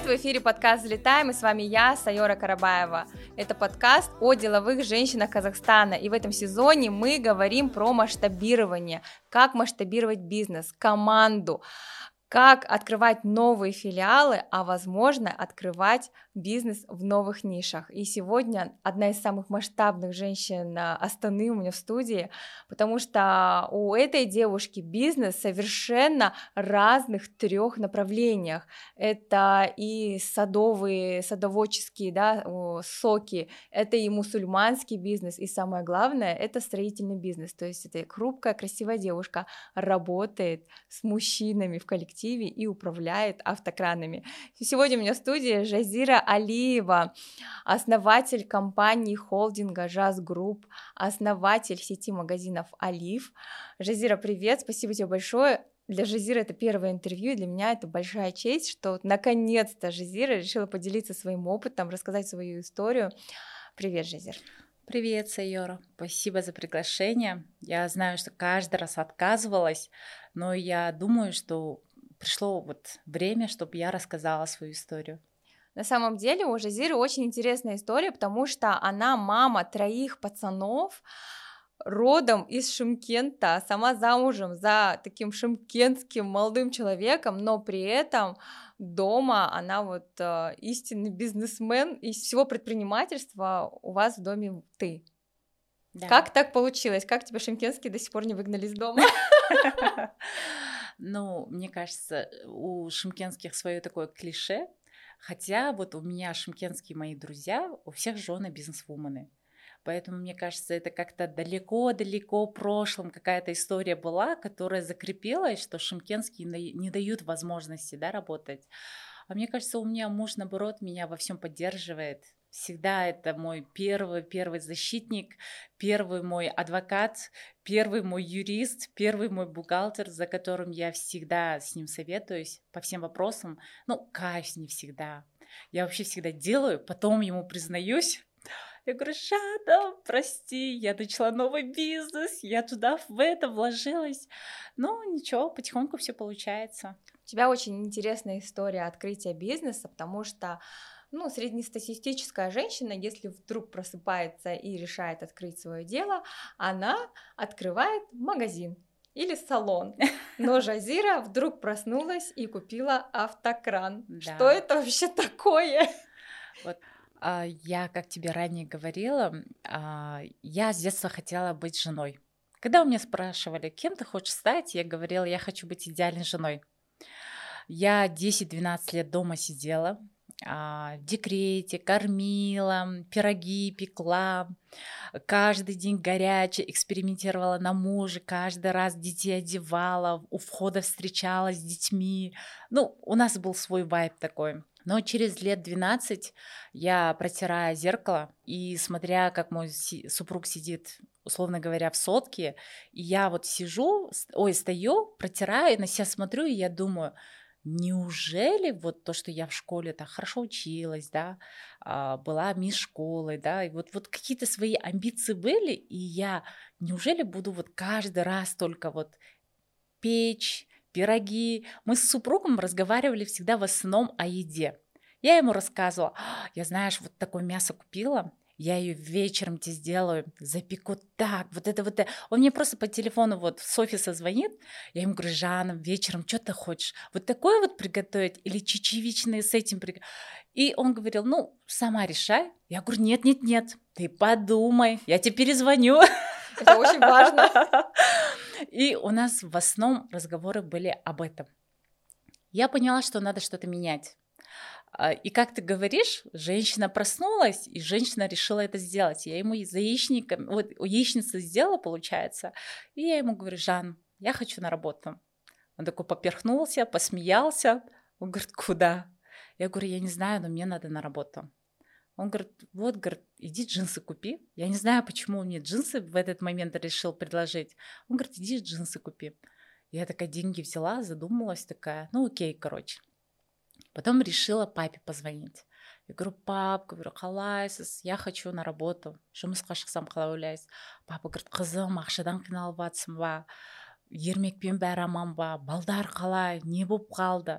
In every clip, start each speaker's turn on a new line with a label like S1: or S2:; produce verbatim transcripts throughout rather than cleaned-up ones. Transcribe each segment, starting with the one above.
S1: в эфире подкаст «Взлетаем», и с вами я, Сайора Карабаева. Это подкаст о деловых женщинах Казахстана, и в этом сезоне мы говорим про масштабирование, как масштабировать бизнес, команду, как открывать новые филиалы, а возможно открывать бизнес в новых нишах. И сегодня одна из самых масштабных женщин Астаны у меня в студии, потому что у этой девушки бизнес совершенно разных трех направлениях. Это и садовые, садоводческие, да, соки, это и мусульманский бизнес, и самое главное, это строительный бизнес. То есть это хрупкая, красивая девушка работает с мужчинами в коллективе и управляет автокранами. Сегодня у меня в студии Жазира Алиева, основатель компании холдинга Жаз Групп, основатель сети магазинов Алиф. Жазира, привет, спасибо тебе большое. Для Жазиры это первое интервью, и для меня это большая честь, что наконец-то Жазира решила поделиться своим опытом, рассказать свою историю. Привет, Жазир.
S2: Привет, Сайора. Спасибо за приглашение. Я знаю, что каждый раз отказывалась, но я думаю, что пришло вот время, чтобы я рассказала свою историю.
S1: На самом деле у Жазиры очень интересная история, потому что она мама троих пацанов, родом из Шымкента, сама замужем за таким шымкентским молодым человеком, но при этом дома она вот э, истинный бизнесмен, и из всего предпринимательства у вас в доме ты. Да. Как так получилось? Как тебя шымкентские до сих пор не выгнали из дома?
S2: Ну, мне кажется, у шымкентских свое такое клише, хотя вот у меня шымкентские мои друзья, у всех жены бизнесвумены. Поэтому, мне кажется, это как-то далеко-далеко в прошлом какая-то история была, которая закрепилась, что шымкентские не дают возможности, да, работать. А мне кажется, у меня муж, наоборот, меня во всем поддерживает. Всегда это мой первый, первый защитник, первый мой адвокат, первый мой юрист, первый мой бухгалтер, за которым я всегда с ним советуюсь по всем вопросам. Ну, каюсь не всегда. Я вообще всегда делаю, потом ему признаюсь. Я говорю: Жада, прости, я начала новый бизнес, я туда в это вложилась. Но ничего, потихоньку все получается.
S1: У тебя очень интересная история открытия бизнеса, потому что ну, среднестатистическая женщина, если вдруг просыпается и решает открыть свое дело, она открывает магазин или салон. Но Жазира вдруг проснулась и купила автокран. Да. Что это вообще такое?
S2: Вот. Я, как тебе ранее говорила, я с детства хотела быть женой. Когда у меня спрашивали, кем ты хочешь стать, я говорила, я хочу быть идеальной женой. Я десять-двенадцать лет дома сидела, в декрете, кормила, пироги пекла, каждый день горячее, экспериментировала на муже, каждый раз детей одевала, у входа встречалась с детьми. Ну, у нас был свой вайб такой. Но через лет двенадцать я, протирая зеркало и смотря, как мой супруг сидит, условно говоря, в сотке, и я вот сижу, ой, стою, протираю, и на себя смотрю, и я думаю, неужели вот то, что я в школе так хорошо училась, да, была мисс школы, да, и вот, вот какие-то свои амбиции были, и я неужели буду вот каждый раз только вот печь, пироги. Мы с супругом разговаривали всегда в основном о еде. Я ему рассказывала, я, знаешь, вот такое мясо купила, я ее вечером тебе сделаю, запеку так, вот это вот это. Он мне просто по телефону вот с офиса звонит, я ему говорю: Жанна, вечером что ты хочешь? Вот такое вот приготовить или чечевичные с этим приготовить? И он говорил: ну, сама решай. Я говорю: нет, нет, нет, ты подумай, я тебе перезвоню.
S1: Это очень важно.
S2: И у нас в основном разговоры были об этом. Я поняла, что надо что-то менять. И как ты говоришь, женщина проснулась, и женщина решила это сделать. Я ему за яичником, вот яичницу сделала, получается, и я ему говорю: Жан, я хочу на работу. Он такой поперхнулся, посмеялся. Он говорит: куда? Я говорю: я не знаю, но мне надо на работу. Он говорит: вот, говорит, иди джинсы купи. Я не знаю, почему он мне джинсы в этот момент решил предложить. Он говорит: иди джинсы купи. Я такая деньги взяла, задумалась такая, ну окей, короче. Потом решила папе позвонить. Я говорю: пап, говорю, қалайсыз, я хочу на работу. Жұмысқа шықсам қалай ойлайсыз? Папа говорит: қызым, ақшадан қиналып жатсың ба? Ермекпен бәрі аман ба? Балдар қалай? Не болып қалды?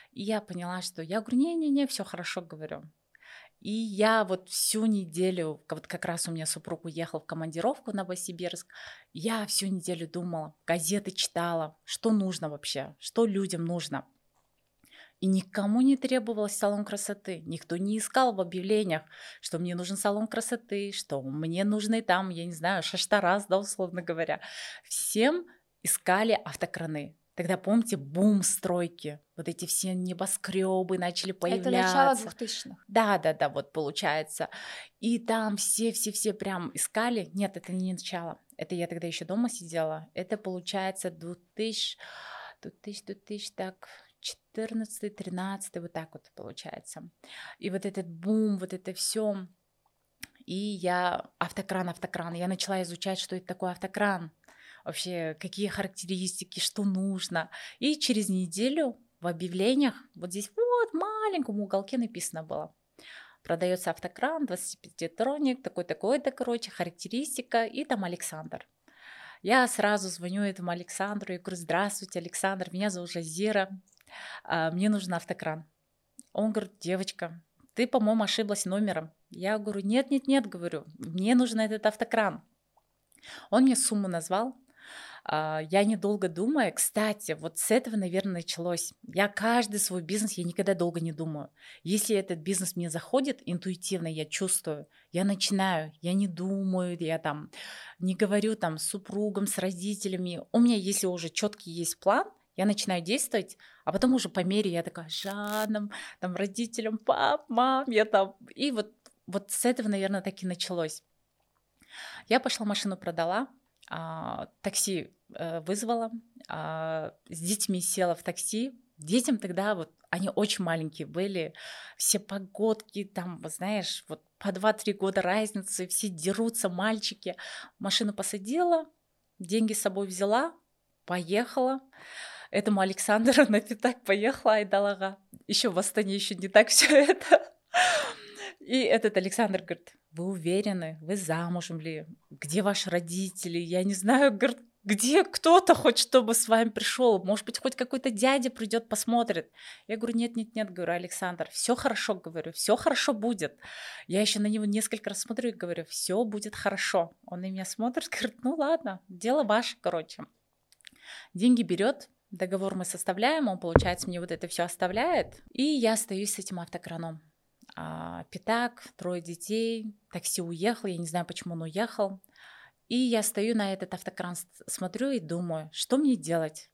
S2: И я поняла, что я говорю, не-не-не, все хорошо, говорю. И я вот всю неделю, вот как раз у меня супруг уехал в командировку в Новосибирск, я всю неделю думала, газеты читала, что нужно вообще, что людям нужно. И никому не требовалось салон красоты. Никто не искал в объявлениях, что мне нужен салон красоты, что мне нужны там, я не знаю, шаштараз, да, условно говоря. Всем искали автокраны. Тогда, помните, бум стройки, вот эти все небоскребы начали появляться.
S1: Это начало двухтысячных.
S2: Да, да, да, вот получается. И там все-все-все прям искали. Нет, это не начало. Это я тогда еще дома сидела. Это получается двухтысячный, двухтысячный, двухтысячный, так... четырнадцатый, тринадцатый, вот так вот получается. И вот этот бум, вот это все. И я автокран, автокран. Я начала изучать, что это такое автокран. Вообще, какие характеристики, что нужно. И через неделю в объявлениях, вот здесь вот в маленьком уголке написано было. Продается автокран, двадцатипятитроник, такой-такой-то, короче, характеристика. И там Александр. Я сразу звоню этому Александру и говорю, здравствуйте, Александр, меня зовут Жазира. Мне нужен автокран. Он говорит, девочка, ты, по-моему, ошиблась номером. Я говорю, нет-нет-нет, говорю, мне нужен этот автокран. Он мне сумму назвал. Я недолго думаю. Кстати, вот с этого, наверное, началось. Я каждый свой бизнес, я никогда долго не думаю. Если этот бизнес мне заходит, интуитивно я чувствую, я начинаю, я не думаю, я там не говорю там с супругом, с родителями. У меня, если уже четкий есть план, я начинаю действовать, а потом уже по мере я такая, Жанна, там, родителям, пап, мам, я там... И вот, вот с этого, наверное, так и началось. Я пошла, машину продала, а, такси а, вызвала, а, с детьми села в такси. Детям тогда вот, они очень маленькие были, все погодки, там, знаешь, вот по два-три года разницы, все дерутся, мальчики. Машину посадила, деньги с собой взяла, поехала. Этому Александру на пятак поехала Айдалага. Еще в Астане еще не так все это. И этот Александр говорит, вы уверены, вы замужем ли? Где ваши родители? Я не знаю, говорит, где кто-то хоть чтобы с вами пришел? Может быть, хоть какой-то дядя придет, посмотрит. Я говорю, нет, нет, нет, говорю, Александр, все хорошо, говорю, все хорошо будет. Я еще на него несколько раз смотрю и говорю, все будет хорошо. Он на меня смотрит, говорит, ну ладно, дело ваше, короче. Деньги берет, договор мы составляем, он, получается, мне вот это все оставляет, и я остаюсь с этим автокраном. А, пятак, трое детей, такси уехал, я не знаю, почему он уехал. И я стою на этот автокран, смотрю и думаю, что мне делать?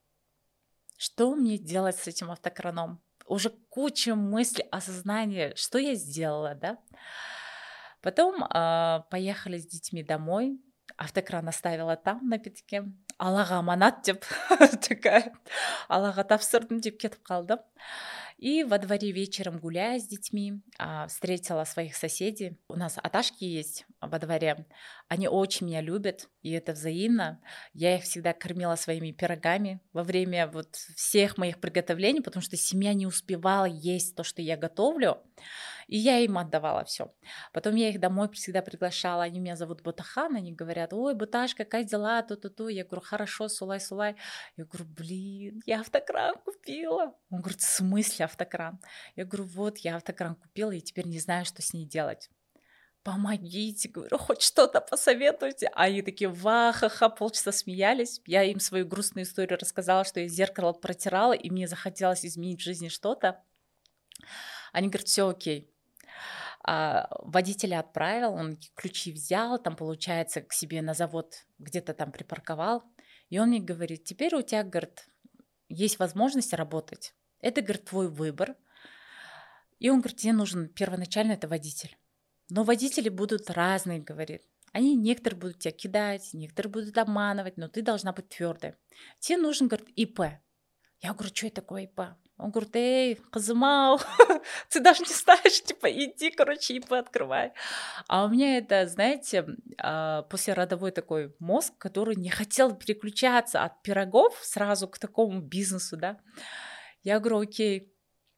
S2: Что мне делать с этим автокраном? Уже куча мыслей, осознания, что я сделала, да? Потом а, поехали с детьми домой, автокран оставила там на пятаке. Аллаға аманат деп такая, Аллаға тапсырдым деп кетіп қалдым. И во дворе вечером, гуляя с детьми, встретила своих соседей. У нас аташки есть во дворе. Они очень меня любят, и это взаимно. Я их всегда кормила своими пирогами во время вот всех моих приготовлений, потому что семья не успевала есть то, что я готовлю. И я им отдавала все. Потом я их домой всегда приглашала. Они меня зовут Бутахан. Они говорят, ой, Буташка, как дела? Ту-ту-ту. Я говорю, хорошо, сулай-сулай. Я говорю, блин, я автокран купила. Он говорит, в смысле автокран? Я говорю, вот, я автокран купила и теперь не знаю, что с ней делать. Помогите, говорю, хоть что-то посоветуйте. А они такие, ва-ха-ха, полчаса смеялись. Я им свою грустную историю рассказала, что я зеркало протирала, и мне захотелось изменить в жизни что-то. Они говорят, все окей. А водителя отправил, он ключи взял, там, получается, к себе на завод где-то там припарковал. И он мне говорит, теперь у тебя, говорит, есть возможность работать. Это, говорит, твой выбор. И он говорит, тебе нужен первоначально это водитель. Но водители будут разные, говорит. Они некоторые будут тебя кидать, некоторые будут обманывать, но ты должна быть твердой. Тебе нужен, говорит, ИП. Я говорю, что это такое ИП? Он говорит, эй, Казымау, ты даже не знаешь, типа, иди, короче, ИП открывай. А у меня это, знаете, послеродовой такой мозг, который не хотел переключаться от пирогов сразу к такому бизнесу, да. Я говорю, окей.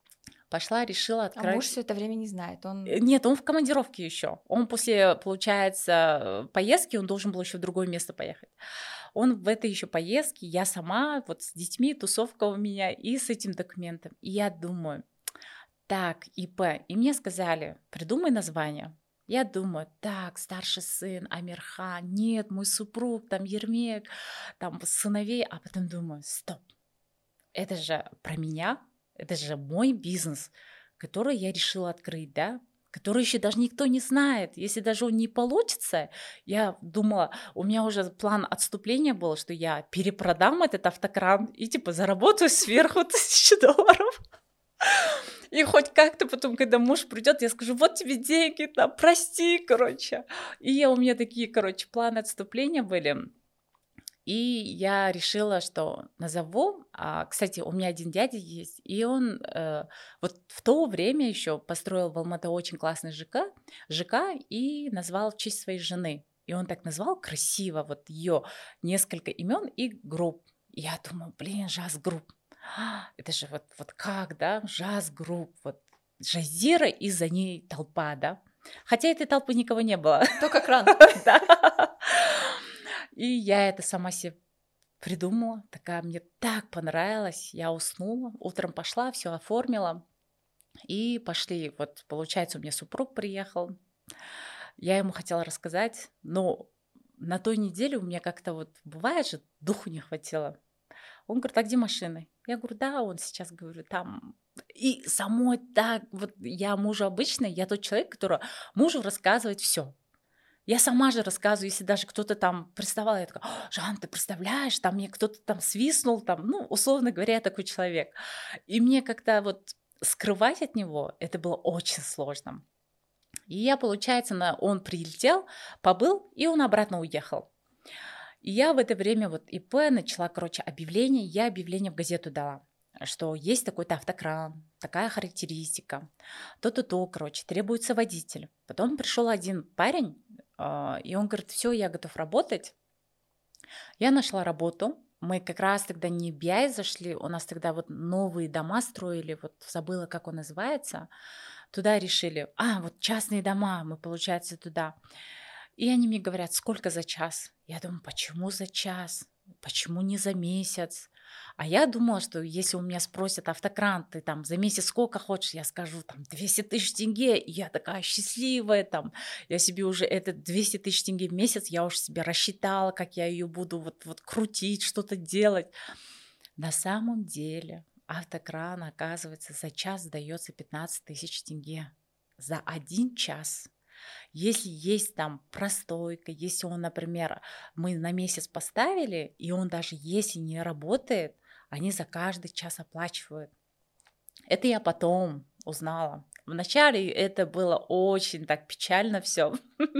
S2: Пошла, решила
S1: А
S2: открыть.
S1: муж все это время не знает, он...
S2: Нет, он в командировке еще. Он после, получается, поездки, он должен был еще в другое место поехать. Он в этой еще поездке, я сама, вот с детьми, тусовка у меня, и с этим документом. И я думаю, так, ИП. И мне сказали, придумай название. Я думаю, так, старший сын, Амирхан, нет, мой супруг, там, Ермек, там, сыновей. А потом думаю, стоп, это же про меня, это же мой бизнес, который я решила открыть, да, который еще даже никто не знает. Если даже он не получится, я думала, у меня уже план отступления был, что я перепродам этот автокран и типа заработаю сверху тысячу долларов. И хоть как-то потом, когда муж придет, я скажу, вот тебе деньги, там, прости, короче. И у меня такие, короче, планы отступления были. И я решила, что назову, а, кстати, у меня один дядя есть, и он э, вот в то время еще построил в Алматы очень классный ЖК, ЖК и назвал в честь своей жены. И он так назвал красиво, вот ее несколько имен и групп. И я думаю, блин, Жаз-групп. Это же вот, вот как, да, Жаз-групп, вот Жазира и за ней толпа, да. Хотя этой толпы никого не было.
S1: Только кран.
S2: И я это сама себе придумала, такая, мне так понравилось, я уснула, утром пошла, все оформила, и пошли, вот, получается, у меня супруг приехал, я ему хотела рассказать, но на той неделе у меня как-то вот, бывает же, духу не хватило. Он говорит, а где машины? Я говорю, да, он сейчас, говорю, там... И самой так, вот я мужу обычно, я тот человек, который мужу рассказывает все. Я сама же рассказываю, если даже кто-то там приставал, я такая, Жан, ты представляешь, там мне кто-то там свистнул, там, ну, условно говоря, я такой человек. И мне как-то вот скрывать от него, это было очень сложно. И я, получается, на... он прилетел, побыл, и он обратно уехал. И я в это время вот ИП начала, короче, объявление, я объявление в газету дала, что есть такой-то автокран, такая характеристика, то-то-то, короче, требуется водитель. Потом пришел один парень, и он говорит, все, я готов работать. Я нашла работу. Мы как раз тогда не би ай зашли, у нас тогда вот новые дома строили, вот забыла, как он называется. Туда решили, а, вот частные дома, мы, получается, туда. И они мне говорят, сколько за час? Я думаю, почему за час? Почему не за месяц? А я думала, что если у меня спросят, автокран, ты там за месяц сколько хочешь, я скажу там двести тысяч тенге, и я такая счастливая там, я себе уже это двести тысяч тенге в месяц, я уже себе рассчитала, как я ее буду вот, вот крутить, что-то делать. На самом деле автокран, оказывается, за час дается пятнадцать тысяч тенге. За один час. Если есть там простойка, если он, например, мы на месяц поставили, и он даже если не работает, они за каждый час оплачивают. Это я потом узнала. Вначале это было очень так печально все.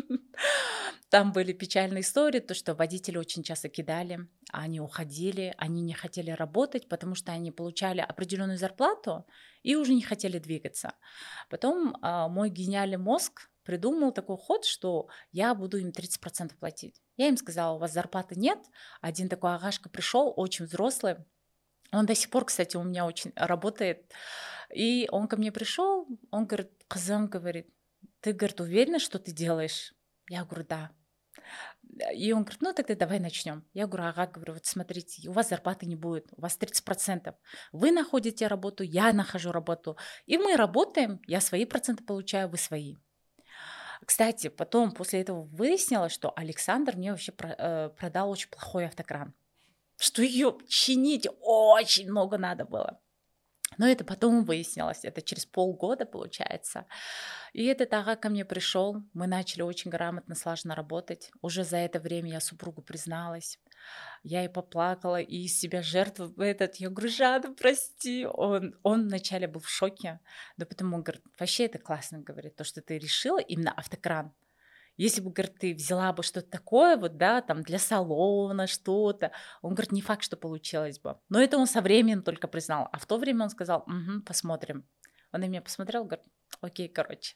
S2: Там были печальные истории, то, что водители очень часто кидали, они уходили, они не хотели работать, потому что они получали определенную зарплату и уже не хотели двигаться. Потом а, мой гениальный мозг придумал такой ход, что я буду им тридцать процентов платить. Я им сказала, у вас зарплаты нет. Один такой агашка пришел, очень взрослый. Он до сих пор, кстати, у меня очень работает. И он ко мне пришел, он говорит, Казам, говорит, ты, говорит, уверена, что ты делаешь? Я говорю, да. И он говорит, ну тогда давай начнем. Я говорю, ага, говорю, вот смотрите, у вас зарплаты не будет, у вас тридцать процентов. Вы находите работу, я нахожу работу. И мы работаем, я свои проценты получаю, вы свои. Кстати, потом после этого выяснилось, что Александр мне вообще продал очень плохой автокран. Что ее чинить очень много надо было. Но это потом выяснилось, это через полгода получается. И этот ага ко мне пришел, мы начали очень грамотно, слаженно работать. Уже за это время я супругу призналась. Я и поплакала, и из себя жертву этот. Я говорю, Жан, прости. Он, он вначале был в шоке, но потом он говорит, вообще это классно, говорит, то, что ты решила именно автокран. Если бы, говорит, ты взяла бы что-то такое, вот, да, там, для салона что-то, он говорит, не факт, что получилось бы. Но это он со временем только признал. А в то время он сказал, угу, посмотрим. Он на меня посмотрел, говорит, окей, короче.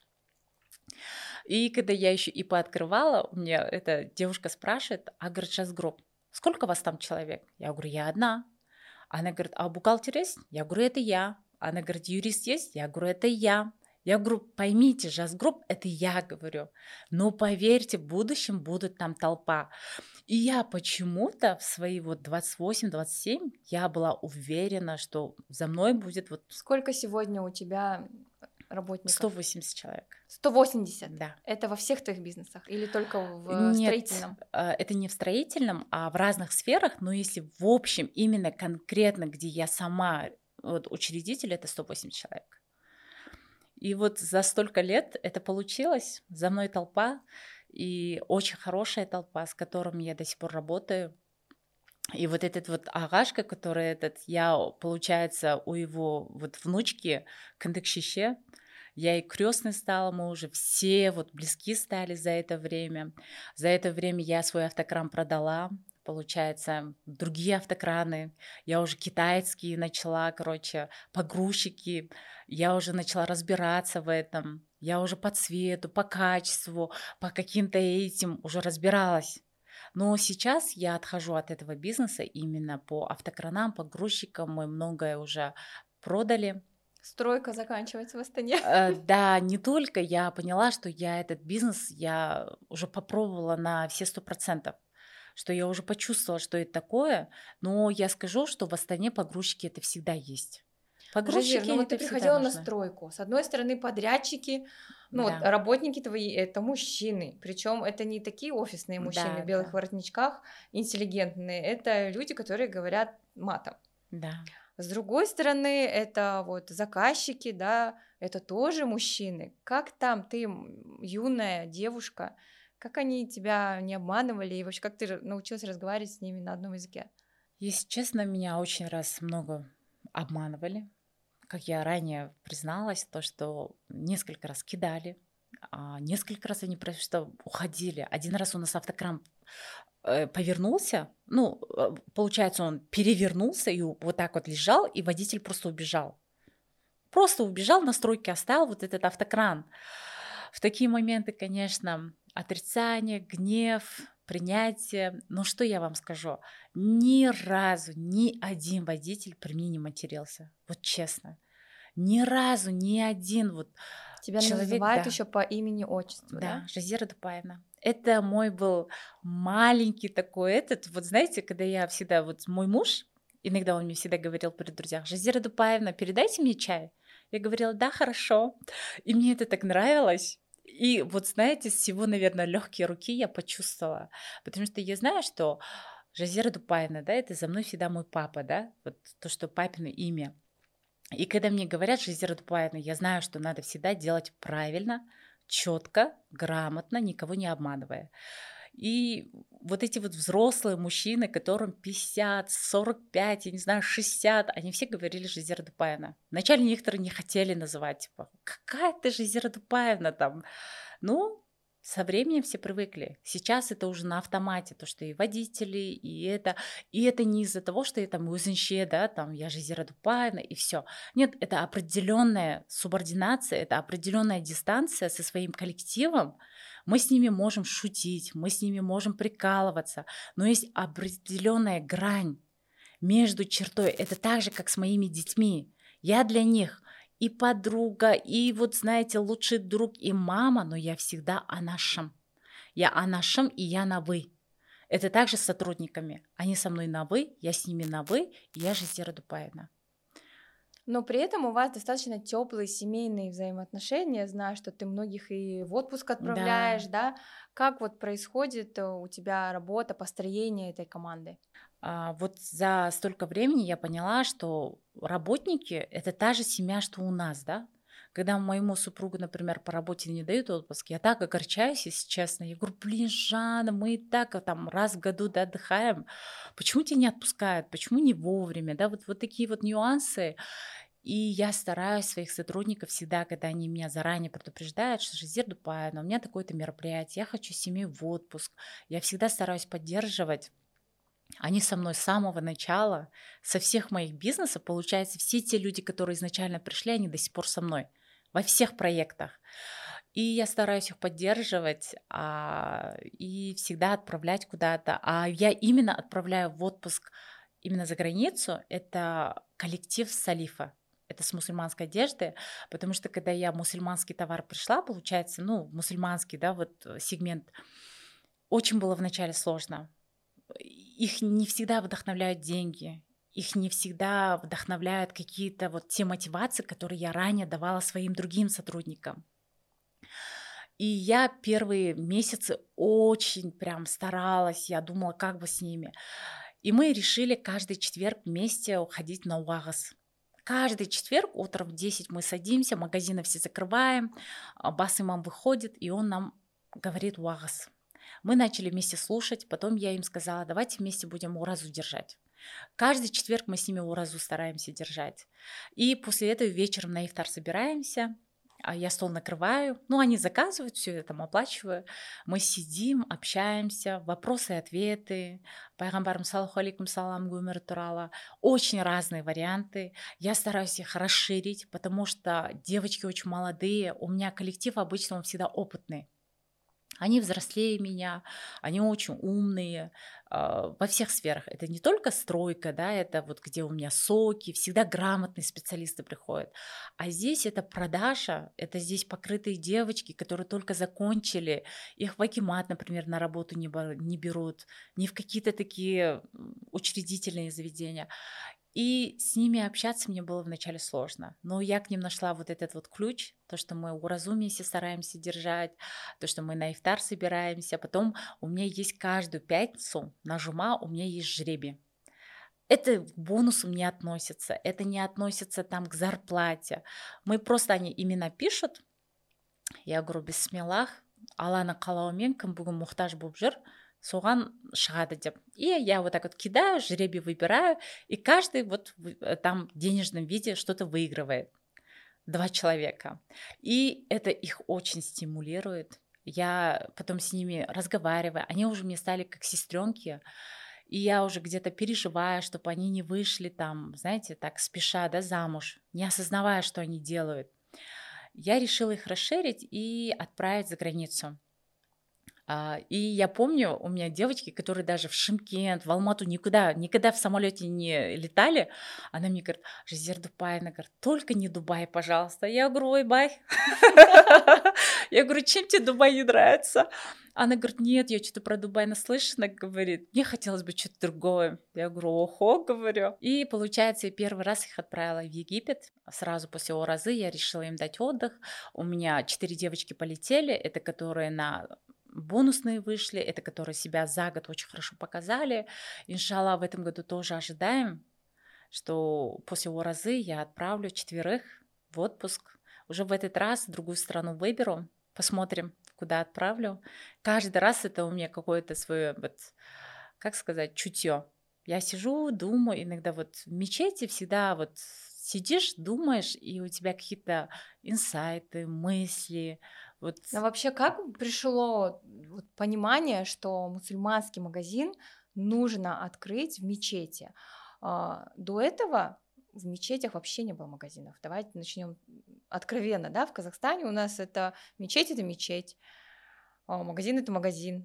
S2: И когда я еще ИП открывала, у меня эта девушка спрашивает, а, говорит, Жаз-групп, сколько вас там человек? Я говорю, я одна. Она говорит, а бухгалтер есть? Я говорю, это я. Она говорит, юрист есть? Я говорю, это я. Я говорю, поймите, Жазгрупп — это я, говорю. Но поверьте, в будущем будет там толпа. И я почему-то в свои вот двадцать восемь двадцать семь я была уверена, что за мной будет вот
S1: Сколько сегодня у тебя работников?
S2: сто восемьдесят человек.
S1: сто восемьдесят?
S2: Да.
S1: Это во всех твоих бизнесах или только в
S2: Нет,
S1: строительном?
S2: это не в строительном, а в разных сферах. Но если в общем, именно конкретно, где я сама вот, учредитель, это сто восемьдесят человек. И вот за столько лет это получилось. За мной толпа, и очень хорошая толпа, с которыми я до сих пор работаю. И вот этот вот Агашка, который этот, я, получается, у его вот внучки Кандыкшище, я и крестной стала, мы уже все вот близки стали за это время. За это время я свой автокран продала, получается, другие автокраны. Я уже китайские начала, короче, погрузчики. Я уже начала разбираться в этом. Я уже по цвету, по качеству, по каким-то этим уже разбиралась. Но сейчас я отхожу от этого бизнеса именно по автокранам, погрузчикам. Мы многое уже продали.
S1: Стройка заканчивается в Астане.
S2: Э, да, не только. Я поняла, что я этот бизнес, я уже попробовала на все сто процентов, что я уже почувствовала, что это такое. Но я скажу, что в Астане погрузчики это всегда есть.
S1: Погрузчики, Жазир, ну вот ты приходила на
S2: нужно.
S1: стройку. С одной стороны, подрядчики, ну
S2: Да.
S1: вот работники твои это мужчины. Причем это не такие офисные мужчины
S2: Да,
S1: в белых
S2: да.
S1: воротничках, интеллигентные. Это люди, которые говорят матом.
S2: Да.
S1: С другой стороны, это вот заказчики, да, это тоже мужчины. Как там ты, юная девушка, как они тебя не обманывали, и вообще как ты научилась разговаривать с ними на одном языке?
S2: Если честно, меня очень раз много обманывали. Как я ранее призналась, то, что несколько раз кидали, а несколько раз они просто уходили. Один раз у нас автокран э, повернулся, ну, э, получается, он перевернулся и вот так вот лежал, и водитель просто убежал. Просто убежал, на стройке оставил вот этот автокран. В такие моменты, конечно, отрицание, гнев, принятие. Но что я вам скажу? Ни разу ни один водитель при мне не матерился. Вот честно. Ни разу ни один вот
S1: Тебя
S2: человек,
S1: называют
S2: да.
S1: еще по имени отчеству,
S2: Да,
S1: да?
S2: Жазира Дупаевна. Это мой был маленький такой этот, вот знаете, когда я всегда, вот мой муж, иногда он мне всегда говорил при друзьях, Жазира Дупаевна, передайте мне чай. Я говорила, да, хорошо. И мне это так нравилось. И вот знаете, с всего, наверное, легкие руки я почувствовала. Потому что я знаю, что Жазира Дупаевна, да, это за мной всегда мой папа, да, вот то, что папино имя. И когда мне говорят Жазира Дупаевна, я знаю, что надо всегда делать правильно, четко, грамотно, никого не обманывая. И вот эти вот взрослые мужчины, которым пятьдесят, сорок пять, я не знаю, шестьдесят, они все говорили Жазира Дупаевна. Вначале некоторые не хотели называть, типа, какая ты Жазира Дупаевна там. Ну, со временем все привыкли. Сейчас это уже на автомате, то, что и водители, и это. И это не из-за того, что я там Узенще, да, там я Жазира Дупаевна, и все. Нет, это определенная субординация, это определенная дистанция со своим коллективом. Мы с ними можем шутить, мы с ними можем прикалываться, но есть определенная грань между чертой. Это так же, как с моими детьми. Я для них и подруга, и вот, знаете, лучший друг, и мама, но я всегда о нашем. Я о нашем, и я на «вы». Это также с сотрудниками. Они со мной на «вы», я с ними на «вы», и я Жазира Дупаевна.
S1: Но при этом у вас достаточно теплые семейные взаимоотношения. Я знаю, что ты многих и в отпуск отправляешь, да? да? Как вот происходит у тебя работа, построение этой команды?
S2: А, вот за столько времени я поняла, что работники — это та же семья, что у нас, да? Когда моему супругу, например, по работе не дают отпуск, я так огорчаюсь, если честно. Я говорю, блин, Жанна, мы и так там раз в году да, отдыхаем. Почему тебя не отпускают? Почему не вовремя? Да, вот, вот такие вот нюансы. И я стараюсь своих сотрудников всегда, когда они меня заранее предупреждают, что Жазира Дупаевна, у меня такое-то мероприятие, я хочу семью в отпуск. Я всегда стараюсь поддерживать. Они со мной с самого начала, со всех моих бизнесов, получается, все те люди, которые изначально пришли, они до сих пор со мной во всех проектах. И я стараюсь их поддерживать а, и всегда отправлять куда-то. А я именно отправляю в отпуск именно за границу. Это коллектив Салифа. это с мусульманской одежды, потому что когда я в мусульманский товар пришла, получается, ну, мусульманский, да, вот сегмент, очень было вначале сложно. Их не всегда вдохновляют деньги, их не всегда вдохновляют какие-то вот те мотивации, которые я ранее давала своим другим сотрудникам. И я первые месяцы очень прям старалась, я думала, как бы с ними. И мы решили каждый четверг вместе уходить на уагас. Каждый четверг утром в десять мы садимся, магазины все закрываем, бас имам выходит, и он нам говорит уагас. Мы начали вместе слушать, потом я им сказала, давайте вместе будем уразу держать. Каждый четверг мы с ними уразу стараемся держать. И после этого вечером на ифтар собираемся, я стол накрываю, ну, они заказывают, все это там оплачиваю. Мы сидим, общаемся, вопросы и ответы. Пайгамбарым саллаху алейкум салам гумер турала. Очень разные варианты. Я стараюсь их расширить, потому что девочки очень молодые. У меня коллектив обычно он всегда опытный. Они взрослее меня, они очень умные э, во всех сферах. Это не только стройка, да, это вот где у меня соки, всегда грамотные специалисты приходят. А здесь это продажа, это здесь покрытые девочки, которые только закончили. Их в акимат, например, на работу не, не берут, ни в какие-то такие учредительные заведения. И с ними общаться мне было вначале сложно. Но я к ним нашла вот этот вот ключ, то, что мы уразу вместе стараемся держать, то, что мы на ифтар собираемся. Потом у меня есть каждую пятницу на жума у меня есть жребий. Это к бонусам не относится, это не относится там к зарплате. Мы просто, они имена пишут. Я говорю, бисмиллах, Алланы қалауымен кім бүгін мұқтаж болып жүр, соған шығады деп. И я вот так вот кидаю, жребий выбираю, и каждый вот там в денежном виде что-то выигрывает. Два человека. И это их очень стимулирует. Я потом с ними разговариваю, они уже мне стали как сестренки, и я уже где-то переживаю, чтобы они не вышли там, знаете, так спеша, да, замуж, не осознавая, что они делают. Я решила их расширить и отправить за границу. И я помню, у меня девочки, которые даже в Шымкент, в Алмату никуда, никогда в самолете не летали, она мне говорит, Жазира Дубай, она говорит, только не Дубай, пожалуйста. Я говорю, ой, бай. Я говорю, чем тебе Дубай не нравится? Она говорит, нет, я что-то про Дубай наслышана, говорит, мне хотелось бы что-то другое. Я говорю, охо, говорю. И получается, я первый раз их отправила в Египет. Сразу после уразы я решила им дать отдых. У меня четыре девочки полетели, это которые на бонусные вышли, это которые себя за год очень хорошо показали. Иншаллах, в этом году тоже ожидаем, что после уразы я отправлю четверых в отпуск. Уже в этот раз другую страну выберу, посмотрим, куда отправлю. Каждый раз это у меня какое-то свое, вот, как сказать, чутье. Я сижу, думаю, иногда вот в мечети всегда вот сидишь, думаешь, и у тебя какие-то инсайты, мысли. Вот.
S1: А вообще как пришло вот понимание, что мусульманский магазин нужно открыть в мечети? А, до этого в мечетях вообще не было магазинов. Давайте начнем откровенно, да, в Казахстане у нас это мечеть, это мечеть, а магазин это магазин.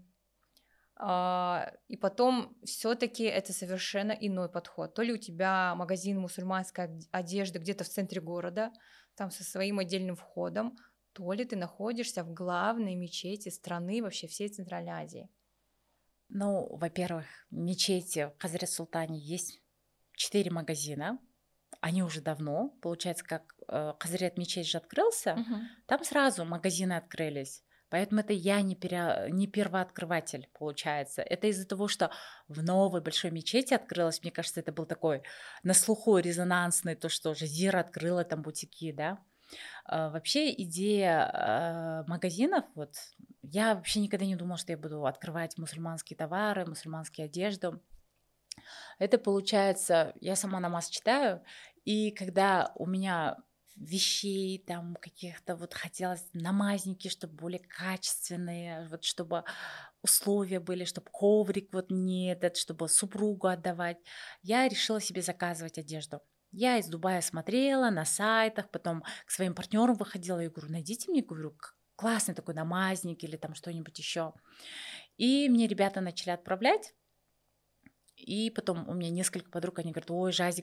S1: А, и потом все-таки это совершенно иной подход. То ли у тебя магазин мусульманской одежды где-то в центре города, там со своим отдельным входом, то ли ты находишься в главной мечети страны вообще всей Центральной Азии.
S2: Ну, во-первых, в мечети в Хазрет-Султане есть четыре магазина. Они уже давно, получается, как э, Хазрет мечеть же открылся, uh-huh. там сразу магазины открылись. Поэтому это я не, пере... не первооткрыватель, получается. Это из-за того, что в новой большой мечети открылась, мне кажется, это был такой на слуху резонансный, то, что Жазира открыла там бутики, да. А, вообще идея а, магазинов, вот, я вообще никогда не думала, что я буду открывать мусульманские товары, мусульманские одежду. Это получается, я сама намаз читаю, и когда у меня вещей там каких-то вот хотелось намазники, чтобы более качественные, вот чтобы условия были, чтобы коврик вот не этот, чтобы супругу отдавать, я решила себе заказывать одежду. Я из Дубая смотрела на сайтах, потом к своим партнерам выходила и говорю, найдите мне, говорю, классный такой намазник или там что-нибудь еще. И мне ребята начали отправлять. И потом у меня несколько подруг, они говорят, ой, Жазик,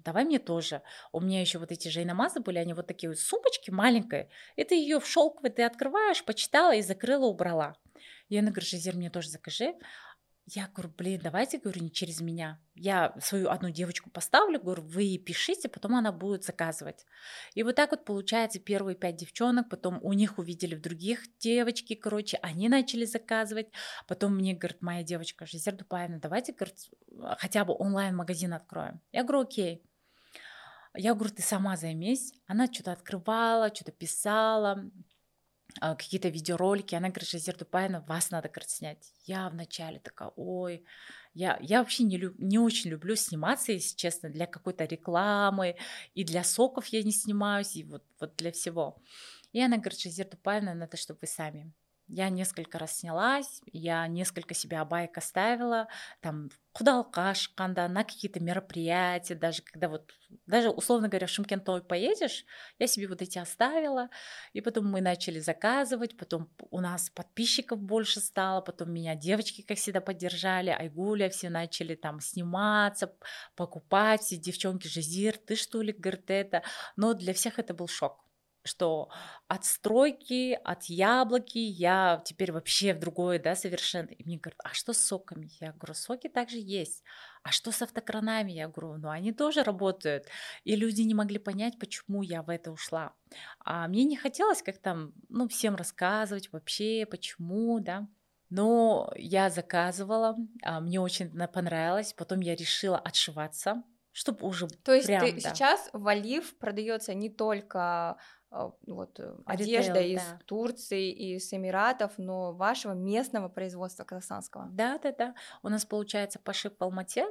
S2: давай мне тоже. У меня еще вот эти жейнамазы были, они вот такие вот сумочки маленькие, и ты ее в шелковой ты открываешь, почитала и закрыла, убрала. Я она говорит, Жизель, мне тоже закажи. Я говорю, блин, давайте, говорю, не через меня. Я свою одну девочку поставлю, говорю, вы ей пишите, потом она будет заказывать. И вот так вот получается первые пять девчонок, потом у них увидели в других девочки, короче, они начали заказывать. Потом мне говорит моя девочка, Жизель Дупаевна, давайте, говорит, хотя бы онлайн-магазин откроем. Я говорю, окей. Я говорю, ты сама займись. Она что-то открывала, что-то писала, какие-то видеоролики. Она говорит, Жизель Дупаевна, вас надо, говорит, снять. Я вначале такая, ой, я, я вообще не, люб, не очень люблю сниматься, если честно, для какой-то рекламы, и для соков я не снимаюсь, и вот, вот для всего. И она говорит, Жизель Дупаевна, надо, чтобы вы сами. Я несколько раз снялась, я несколько себе абайк оставила, там, құдалыққа шыққанда, на какие-то мероприятия, даже когда вот, даже условно говоря, в Шымкент той поедешь, я себе вот эти оставила, и потом мы начали заказывать, потом у нас подписчиков больше стало, потом меня девочки, как всегда, поддержали, Айгуля, все начали там сниматься, покупать, все девчонки, Жизир, ты что ли, говорит, это, но для всех это был шок, что от стройки, от яблоки я теперь вообще в другое, да, совершенно. И мне говорят, а что с соками? Я говорю, соки также есть. А что с автокранами? Я говорю, ну они тоже работают. И люди не могли понять, почему я в это ушла. А мне не хотелось как там, ну, всем рассказывать вообще, почему, да. Но я заказывала, мне очень понравилось. Потом я решила отшиваться, чтобы уже
S1: То есть
S2: прям,
S1: ты
S2: да.
S1: сейчас в Олив продается не только вот одежда
S2: Ритейл,
S1: из
S2: да.
S1: Турции и из Эмиратов, но вашего местного производства казахстанского.
S2: Да, да, да. У нас получается пошив в Алмате,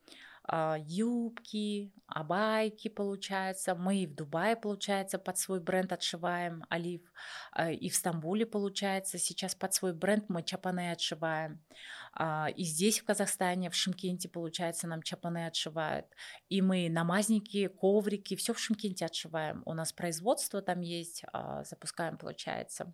S2: юбки, абайки, получается. Мы и в Дубае, получается, под свой бренд отшиваем Олив. И в Стамбуле, получается, сейчас под свой бренд мы чапаны отшиваем. И здесь, в Казахстане, в Шымкенте, получается, нам чапаны отшивают. И мы намазники, коврики, все в Шымкенте отшиваем. У нас производство там есть, запускаем, получается.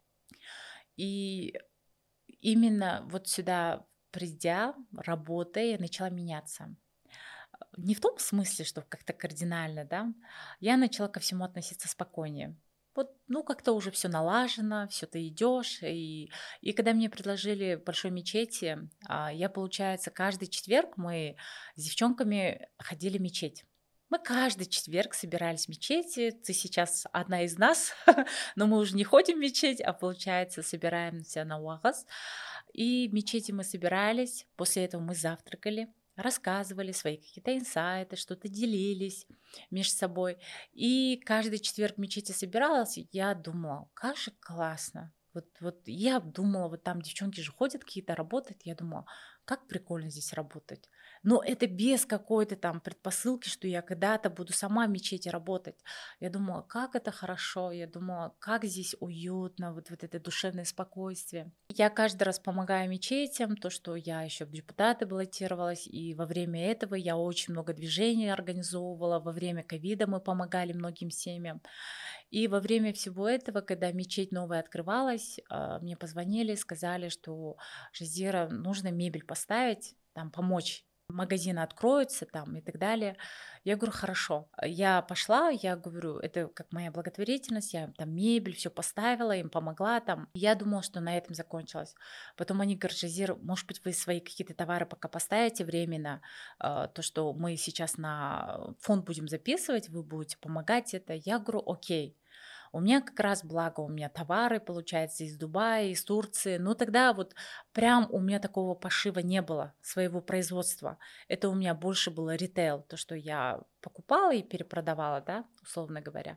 S2: И именно вот сюда придя, работая, я начала меняться. Не в том смысле, что как-то кардинально, да, я начала ко всему относиться спокойнее. Вот, ну, как-то уже все налажено, все ты идешь. И, и когда мне предложили в большой мечети, я, получается, каждый четверг мы с девчонками ходили в мечеть. Мы каждый четверг собирались в мечети. Ты сейчас одна из нас, но мы уже не ходим в мечеть, а, получается, собираемся на уагаз. И в мечети мы собирались, после этого мы завтракали, рассказывали свои какие-то инсайты, что-то делились между собой. И каждый четверг в мечети собиралась, и я думала, как же классно. Вот, вот я думала, вот там девчонки же ходят какие-то, работают. Я думала, как прикольно здесь работать. Но это без какой-то там предпосылки, что я когда-то буду сама в мечети работать. Я думала, как это хорошо. Я думала, как здесь уютно, вот, вот это душевное спокойствие. Я каждый раз помогаю мечетям, то, что я еще в депутаты баллотировалась, и во время этого я очень много движений организовывала. Во время ковида мы помогали многим семьям. И во время всего этого, когда мечеть новая открывалась, мне позвонили, сказали, что Жизира, нужно мебель поставить, там помочь. Магазины откроются там и так далее. Я говорю, хорошо. Я пошла, я говорю, это как моя благотворительность, я там мебель, все поставила, им помогла там. Я думала, что на этом закончилось. Потом они говорят, Жизир, может быть, вы свои какие-то товары пока поставите временно, то, что мы сейчас на фонд будем записывать, вы будете помогать это. Я говорю, окей. У меня как раз, благо, у меня товары, получается, из Дубая, из Турции. Но тогда вот прям у меня такого пошива не было, своего производства. Это у меня больше было ритейл, то, что я покупала и перепродавала, да, условно говоря.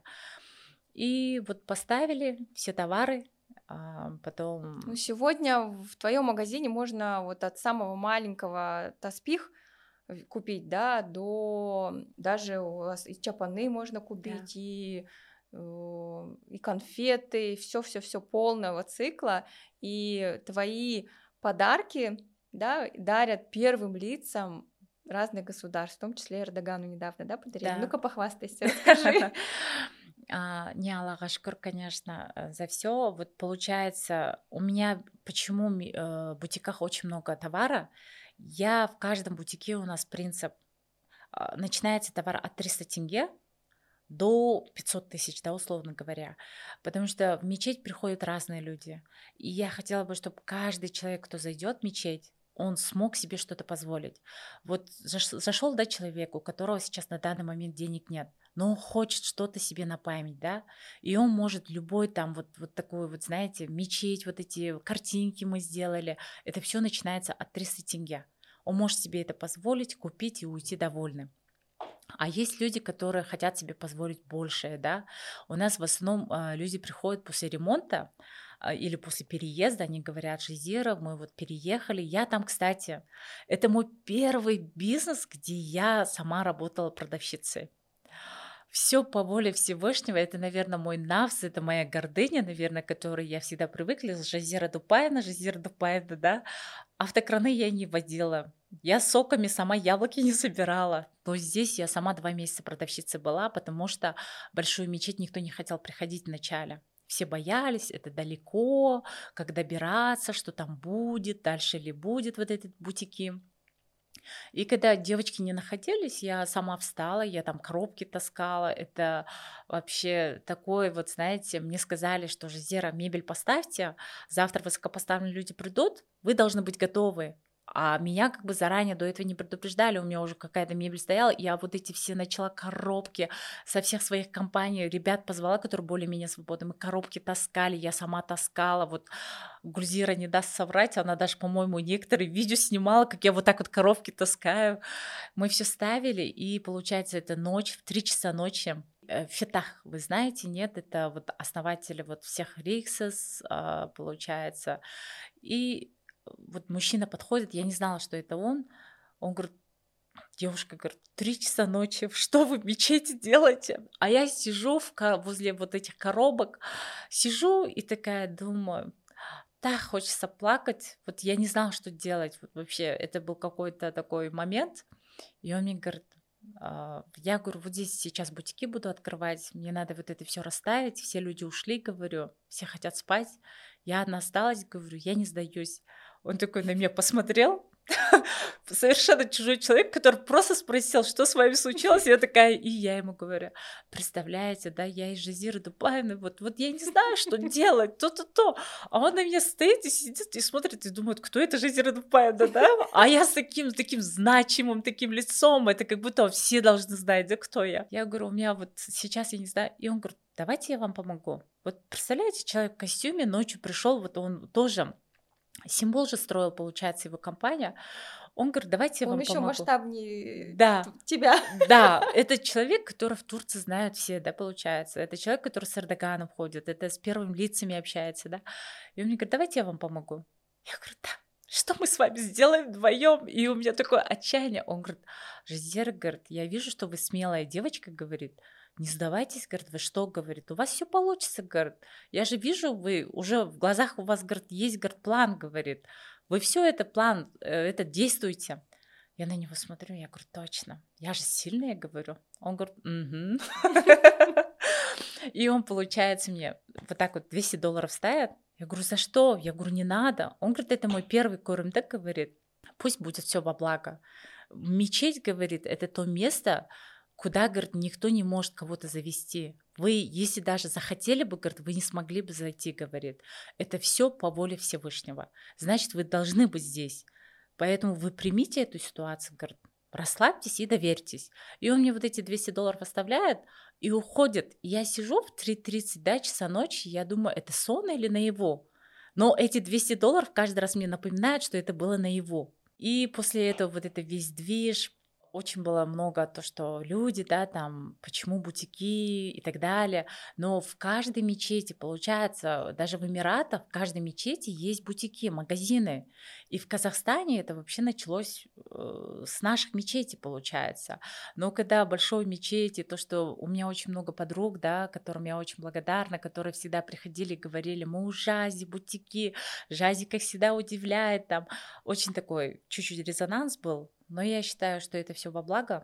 S2: И вот поставили все товары, а потом...
S1: Ну, сегодня в твоем магазине можно вот от самого маленького таспих купить, да, до даже у вас и чапаны можно купить, да. и... и конфеты, все-все-все полного цикла, и твои подарки, да, дарят первым лицам разных государств, в том числе Эрдогану недавно, да, подарили? Да. Ну-ка, похвастайся, расскажи.
S2: Не, Аллаху шукр, конечно, за все. Вот получается, у меня почему в бутиках очень много товара, я в каждом бутике у нас принцип начинается товар от триста тенге до пятьсот тысяч, да, условно говоря, потому что в мечеть приходят разные люди, и я хотела бы, чтобы каждый человек, кто зайдет в мечеть, он смог себе что-то позволить. Вот зашел, да, человек, у которого сейчас на данный момент денег нет, но он хочет что-то себе на память, да, и он может любой там вот, вот такую вот, знаете, мечеть, вот эти картинки мы сделали, это все начинается от триста тенге. Он может себе это позволить, купить и уйти довольным. А есть люди, которые хотят себе позволить большее, да. У нас в основном э, люди приходят после ремонта э, или после переезда, они говорят: Жизира, мы вот переехали. Я там, кстати, это мой первый бизнес, где я сама работала продавщицей. Все по воле Всевышнего, это, наверное, мой навс, это моя гордыня, наверное, к которой я всегда привыкла. Жазира Дупаевна, Жазира Дупаевна, да. Автокраны я не водила. Я соками сама яблоки не собирала. Но здесь я сама два месяца продавщицей была, потому что в большую мечеть никто не хотел приходить вначале. Все боялись, это далеко, как добираться, что там будет, дальше ли будет вот эти бутики. И когда девочки не находились, я сама встала, я там коробки таскала. Это вообще такое вот, знаете, мне сказали, что Жизира, мебель поставьте, завтра высокопоставленные люди придут, вы должны быть готовы. А меня как бы заранее до этого не предупреждали, у меня уже какая-то мебель стояла, я вот эти все начала коробки со всех своих компаний, ребят позвала, которые более-менее свободны, мы коробки таскали, я сама таскала, вот Гульзира не даст соврать, она даже, по-моему, некоторые видео снимала, как я вот так вот коробки таскаю, мы все ставили, и получается, это ночь, в три часа ночи, Фетах, вы знаете, нет, это вот основатели вот всех Риксос, получается, и вот мужчина подходит, я не знала, что это он. Он говорит: девушка, говорит, три часа ночи, что вы в мечети делаете? А я сижу в, возле вот этих коробок, сижу и такая думаю, так хочется плакать. Вот я не знала, что делать. Вот вообще, это был какой-то такой момент. И он мне говорит, я говорю, вот здесь сейчас бутики буду открывать, мне надо вот это все расставить, все люди ушли, говорю, все хотят спать. Я одна осталась, говорю, я не сдаюсь. Он такой на меня посмотрел, совершенно чужой человек, который просто спросил, что с вами случилось. Я такая, и я ему говорю, представляете, да, я из Жазиры Дупаевны, вот, вот я не знаю, что делать, то-то-то. А он на меня стоит и сидит и смотрит и думает, кто это Жазира Дупаевна, да? А я с таким, таким значимым таким лицом, это как будто все должны знать, да, кто я. Я говорю, у меня вот сейчас я не знаю. И он говорит, давайте я вам помогу. Вот представляете, человек в костюме ночью пришел, вот он тоже... Символ же строил, получается, его компания. Он говорит, давайте я
S1: он
S2: вам
S1: еще
S2: помогу.
S1: масштабнее
S2: да.
S1: тебя.
S2: Да, это человек, который в Турции знают все, да, получается. Это человек, который с Эрдоганом ходит, это с первыми лицами общается, да. И он мне говорит, давайте я вам помогу. Я говорю, да. Что мы с вами сделаем вдвоем? И у меня такое отчаяние. Он говорит, Жизира, говорит, я вижу, что вы смелая девочка, говорит. Не сдавайтесь, говорит, вы что, говорит, у вас все получится, говорит. Я же вижу, вы уже в глазах у вас, говорит, есть, говорит, план, говорит. Вы все это план, это действуйте. Я на него смотрю, я говорю, точно, я же сильная, говорю. Он говорит, угу. И он, получается, мне вот так вот двести долларов ставит. Я говорю, за что? Я говорю, не надо. Он говорит, это мой первый КРМД, говорит, пусть будет все во благо. Мечеть, говорит, это то место, куда, говорит, никто не может кого-то завести. Вы, если даже захотели бы, говорит, вы не смогли бы зайти, говорит. Это все по воле Всевышнего. Значит, вы должны быть здесь. Поэтому вы примите эту ситуацию, говорит, расслабьтесь и доверьтесь. И он мне вот эти двести долларов оставляет и уходит. И я сижу в три тридцать, да, часа ночи, я думаю, это сон или наяву? Но эти двести долларов каждый раз мне напоминают, что это было наяву. И после этого вот это весь движ, очень было много то, что люди, да, там, почему бутики и так далее, но в каждой мечети, получается, даже в Эмиратах, в каждой мечети есть бутики, магазины, и в Казахстане это вообще началось э, с наших мечетей, получается, но когда большой мечети, то, что у меня очень много подруг, да, которым я очень благодарна, которые всегда приходили и говорили, мы у Жази, бутики, Жази, как всегда, удивляет, там, очень такой чуть-чуть резонанс был. Но я считаю, что это все во благо.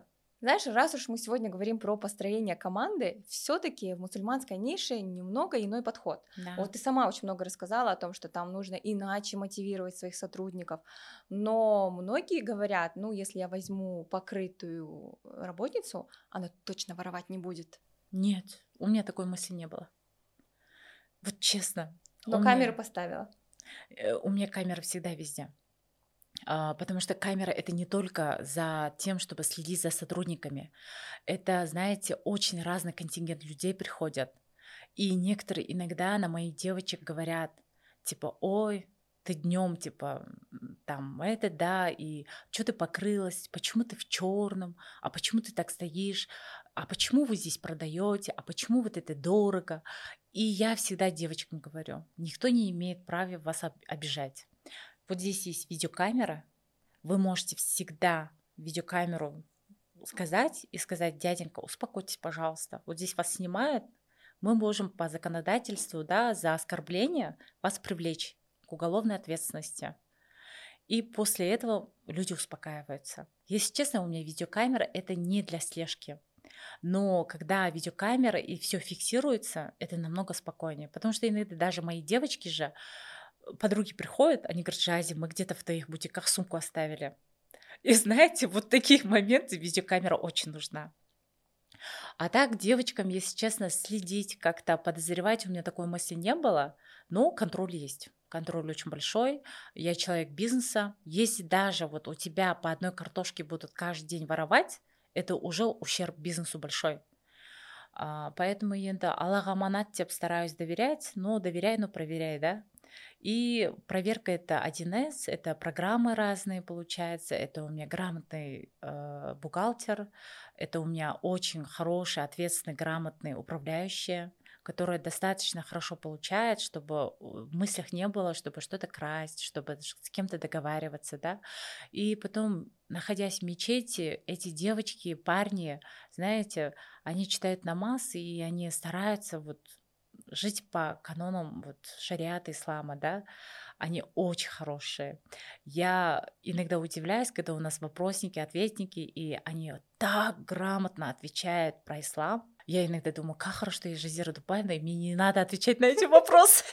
S1: Знаешь, раз уж мы сегодня говорим про построение команды, все-таки в мусульманской нише немного иной подход.
S2: Да.
S1: Вот ты сама очень много рассказала о том, что там нужно иначе мотивировать своих сотрудников, но многие говорят, ну, если я возьму покрытую работницу, она точно воровать не будет.
S2: Нет, у меня такой мысли не было. Вот честно.
S1: Но
S2: у
S1: камеру
S2: меня,
S1: поставила.
S2: э, у меня камера всегда везде. А, потому что камера это не только за тем, чтобы следить за сотрудниками. Это, знаете, очень разный контингент людей приходят. И некоторые иногда на моих девочек говорят, типа, ой, ты днем, типа, м, там, это да, и что ты покрылась, почему ты в черном, а почему ты так стоишь, а почему вы здесь продаете, а почему вот это дорого. И я всегда девочкам говорю, никто не имеет права вас об- обижать. Вот здесь есть видеокамера, вы можете всегда видеокамеру сказать и сказать, дяденька, успокойтесь, пожалуйста, вот здесь вас снимают, мы можем по законодательству, да, за оскорбление вас привлечь к уголовной ответственности. И после этого люди успокаиваются. Если честно, у меня видеокамера это не для слежки. Но когда видеокамера и все фиксируется, это намного спокойнее. Потому что иногда даже мои девочки же, подруги приходят, они говорят, Жази, мы где-то в твоих бутиках сумку оставили. И знаете, вот таких моментов видеокамера очень нужна. А так, девочкам, если честно, следить, как-то подозревать, у меня такой мысли не было, но контроль есть. Контроль очень большой. Я человек бизнеса. Если даже вот у тебя по одной картошке будут каждый день воровать, это уже ущерб бизнесу большой. А, поэтому енді Аллах аманат деп стараюсь доверять, но доверяй, но проверяй, да. И проверка это один эс, это программы разные получается, это у меня грамотный э, бухгалтер, это у меня очень хороший, ответственный, грамотный управляющий, который достаточно хорошо получает, чтобы в мыслях не было, чтобы что-то красть, чтобы с кем-то договариваться, да. И потом, находясь в мечети, эти девочки, парни, знаете, они читают намаз, и они стараются вот жить по канонам вот шариата ислама, да, они очень хорошие. Я иногда удивляюсь, когда у нас вопросники, ответники, и они так грамотно отвечают про ислам. Я иногда думаю, как хорошо, что я Жазира Дубаевна, и мне не надо отвечать на эти вопросы.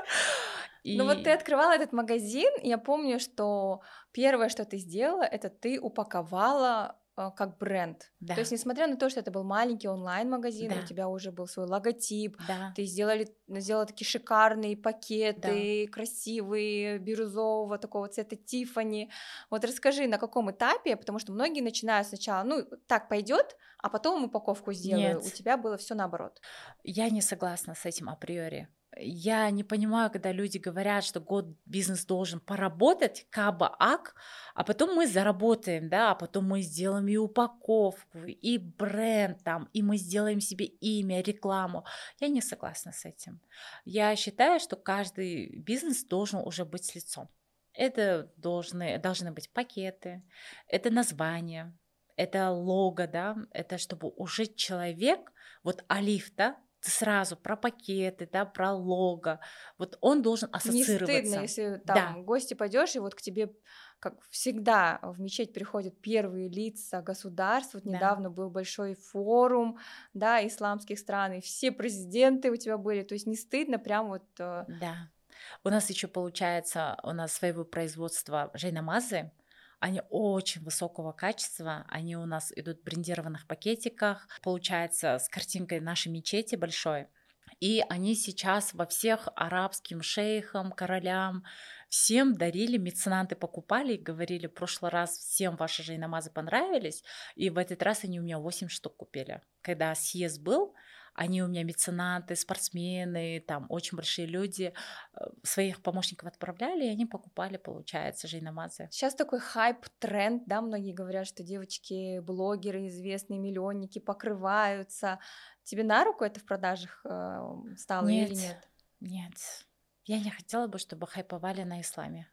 S1: Ну вот ты
S2: И
S1: открывала этот магазин, и я помню, что первое, что ты сделала, это ты упаковала а, как бренд. То есть,
S2: да,
S1: несмотря на то, что это был маленький онлайн-магазин, у
S2: да,
S1: тебя уже был свой логотип,
S2: да,
S1: ты сделали, сделала такие шикарные
S2: да.
S1: пакеты, красивые, бирюзового такого цвета Тиффани. Вот расскажи, на каком этапе, потому что многие начинают сначала, ну, так пойдет, а потом упаковку сделаю. У
S2: Нет,
S1: тебя было все наоборот.
S2: я не согласна с этим априори. Я не понимаю, когда люди говорят, что год бизнес должен поработать, каба ак, а потом мы заработаем, да, а потом мы сделаем и упаковку, и бренд там, и мы сделаем себе имя, рекламу. Я не согласна с этим. Я считаю, что каждый бизнес должен уже быть с лицом. Это должны, должны быть пакеты, это название, это лого, да, это чтобы уже человек, вот Алиф, да, ты сразу про пакеты, да, про лого, вот он должен
S1: Не стыдно,
S2: ассоциироваться.
S1: если
S2: Да,
S1: там в гости пойдешь, и вот к тебе, как всегда, в мечеть приходят первые лица государств. Вот
S2: да,
S1: недавно был большой форум, да, исламских стран, и все президенты у тебя были. То есть не стыдно прям вот... э,
S2: да. У нас еще получается, у нас своего производства жейнамазы, они очень высокого качества, они у нас идут в брендированных пакетиках, получается с картинкой нашей мечети большой. И они сейчас во всех арабским шейхам, королям, всем дарили, меценаты покупали и говорили, в прошлый раз всем ваши жейнамазы понравились, и в этот раз они у меня восемь штук купили. Когда съезд был, они у меня меценаты, спортсмены, там очень большие люди, э, своих помощников отправляли, и они покупали, получается, жейнамазы.
S1: Сейчас такой хайп, тренд, да, многие говорят, что девочки, блогеры, известные миллионники покрываются. Тебе на руку это в продажах э, стало или
S2: Нет,
S1: нет?
S2: нет. Я не хотела бы, чтобы хайповали на исламе.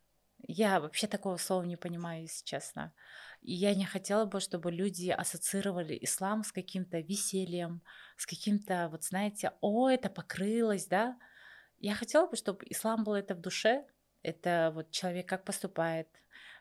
S2: Я вообще такого слова не понимаю, если честно. И я не хотела бы, чтобы люди ассоциировали ислам с каким-то весельем, с каким-то, вот знаете, о, это покрылось, да. Я хотела бы, чтобы ислам был это в душе, это вот человек как поступает,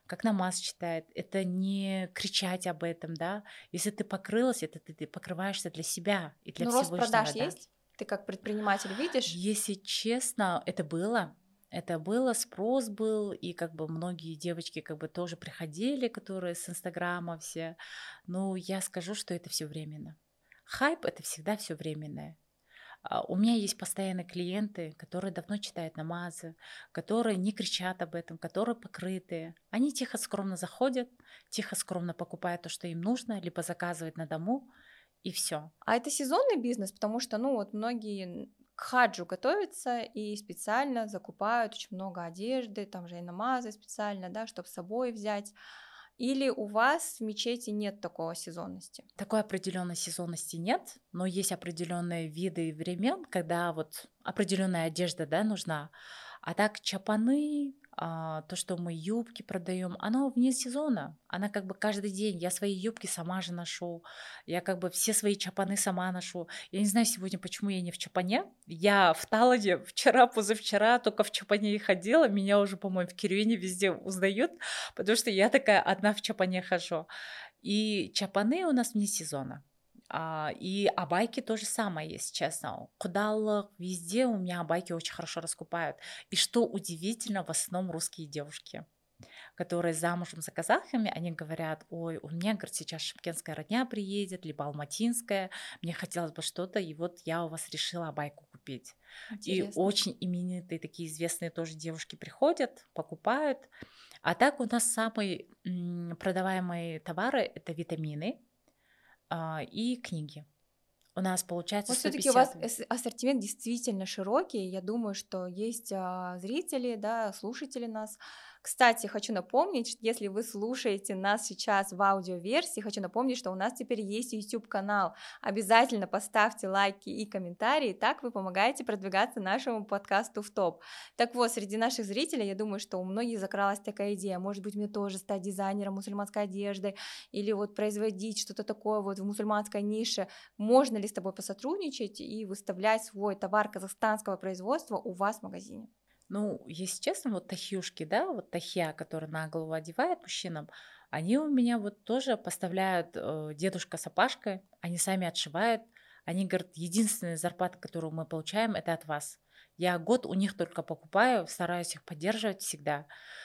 S2: как намаз читает, это не кричать об этом, да. Если ты покрылась, это ты, ты покрываешься для себя и для
S1: Ну, рост продаж
S2: Всевышнего, да.
S1: есть? Ты как предприниматель видишь?
S2: Если честно, это было. Это было, спрос был, и как бы многие девочки как бы тоже приходили, которые с Инстаграма все. Ну, я скажу, что это все временно. Хайп — это всегда все временное. А, У меня есть постоянные клиенты, которые давно читают намазы, которые не кричат об этом, которые покрытые. Они тихо, скромно заходят, тихо, скромно покупают то, что им нужно, либо заказывают на дому, и все.
S1: А это сезонный бизнес, потому что, ну, вот многие к хаджу готовятся и специально закупают очень много одежды, там же и намазы специально, да, чтобы с собой взять. Или у вас в мечети нет такого сезонности?
S2: Такой определенной сезонности нет, но есть определенные виды времен, когда вот определенная одежда, да, нужна. А так чапаны, а, то, что мы юбки продаем, оно вне сезона. Она как бы каждый день. Я свои юбки сама же ношу. Я как бы все свои чапаны сама ношу. Я не знаю сегодня, почему я не в чапане. Я в Таладе вчера, позавчера только в чапане и ходила. Меня уже, по-моему, в Кирюине везде узнают, потому что я такая одна в чапане хожу. И чапаны у нас вне сезона. А, и абайки то же самое, если честно. Кудаллах, везде у меня абайки очень хорошо раскупают. И что удивительно, в основном русские девушки, которые замужем за казахами, они говорят: ой, у меня, говорит, сейчас шымкентская родня приедет, либо алматинская, мне хотелось бы что-то, и вот я у вас решила абайку купить. И
S1: Интересно.
S2: очень именитые, такие известные тоже девушки приходят, покупают. А так у нас самые м, продаваемые товары — это витамины а, и книги. У нас получается
S1: Вот
S2: сто
S1: все-таки у вас
S2: пятьдесят.
S1: эс- ассортимент действительно широкий. Я думаю, что есть а, зрители, да, слушатели нас. Кстати, хочу напомнить, что если вы слушаете нас сейчас в аудиоверсии, хочу напомнить, что у нас теперь есть YouTube-канал. Обязательно поставьте лайки и комментарии, так вы помогаете продвигаться нашему подкасту в топ. Так вот, среди наших зрителей, я думаю, что у многих закралась такая идея, может быть, мне тоже стать дизайнером мусульманской одежды или вот производить что-то такое вот в мусульманской нише. Можно ли с тобой посотрудничать и выставлять свой товар казахстанского производства у вас в магазине?
S2: Ну, если честно, вот тахьюшки, да, вот тахья, которые на голову одевают мужчинам, они у меня вот тоже поставляют э, дедушка с опашкой, они сами отшивают. Они говорят, единственная зарплата, которую мы получаем, это от вас. Я год у них только покупаю, стараюсь их поддерживать всегда.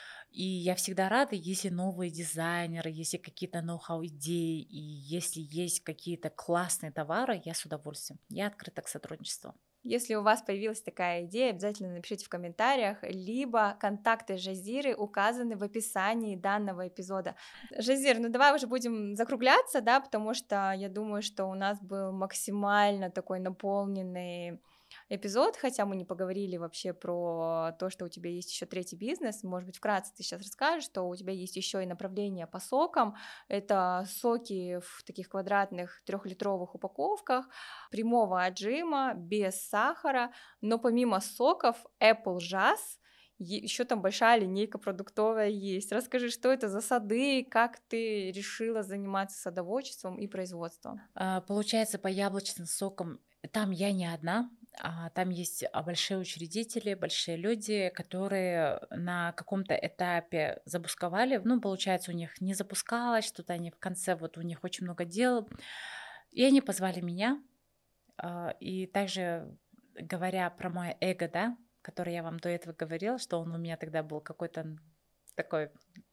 S2: И я всегда рада, если новые дизайнеры, если какие-то ноу-хау идеи, и если есть какие-то классные товары, я с удовольствием. Я открыта к сотрудничеству.
S1: Если у вас появилась такая идея, обязательно напишите в комментариях, либо контакты Жазиры указаны в описании данного эпизода. Жазир, ну давай уже будем закругляться, да, потому что я думаю, что у нас был максимально такой наполненный эпизод, хотя мы не поговорили вообще про то, что у тебя есть еще третий бизнес. Может быть, вкратце ты сейчас расскажешь, что у тебя есть еще и направление по сокам. Это соки в таких квадратных трехлитровых упаковках, прямого отжима, без сахара, но помимо соков Apple Jazz еще там большая линейка продуктовая есть. Расскажи, что это за сады, как ты решила заниматься садоводчеством и производством?
S2: А, Получается, по яблочным сокам там я не одна, а там есть а, большие учредители, большие люди, которые на каком-то этапе запусковали. Ну, получается, у них не запускалось что-то, они в конце, вот у них очень много дел. И они позвали меня. а, И также, говоря про мое эго, да, который я вам до этого говорила, что он у меня тогда был какой-то такой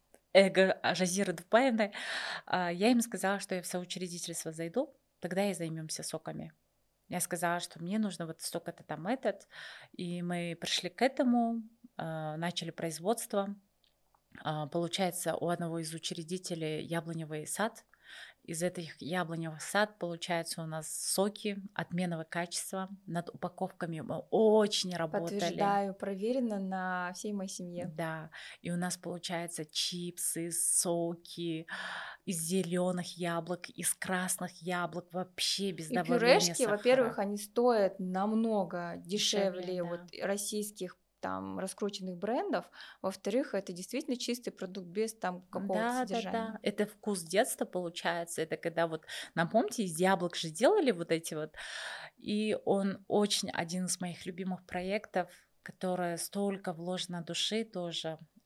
S2: эго Жазиры Дубаевны, а, я им сказала, что я в соучредительство зайду, тогда и займемся соками. Я сказала, что мне нужно вот столько-то там этот, и мы пришли к этому, а, начали производство. А, Получается, у одного из учредителей яблоневый сад. Из этих яблоневых сад, получается, у нас соки отменного качества. Над упаковками мы очень работали.
S1: Подтверждаю, проверено на всей моей семье.
S2: Да, и у нас получается чипсы, соки из зеленых яблок, из красных яблок, вообще без
S1: И
S2: добавления
S1: пюрешки,
S2: сахара.
S1: во-первых, они стоят намного
S2: Дешевле,
S1: дешевле вот
S2: да.
S1: российских там раскрученных брендов. Во-вторых, это действительно чистый продукт без там какого-то
S2: Да, да,
S1: содержания.
S2: да. Это вкус детства получается. Это когда вот, нам помните, из яблок же делали вот эти вот. И он очень один из моих любимых проектов, который столько вложено души тоже.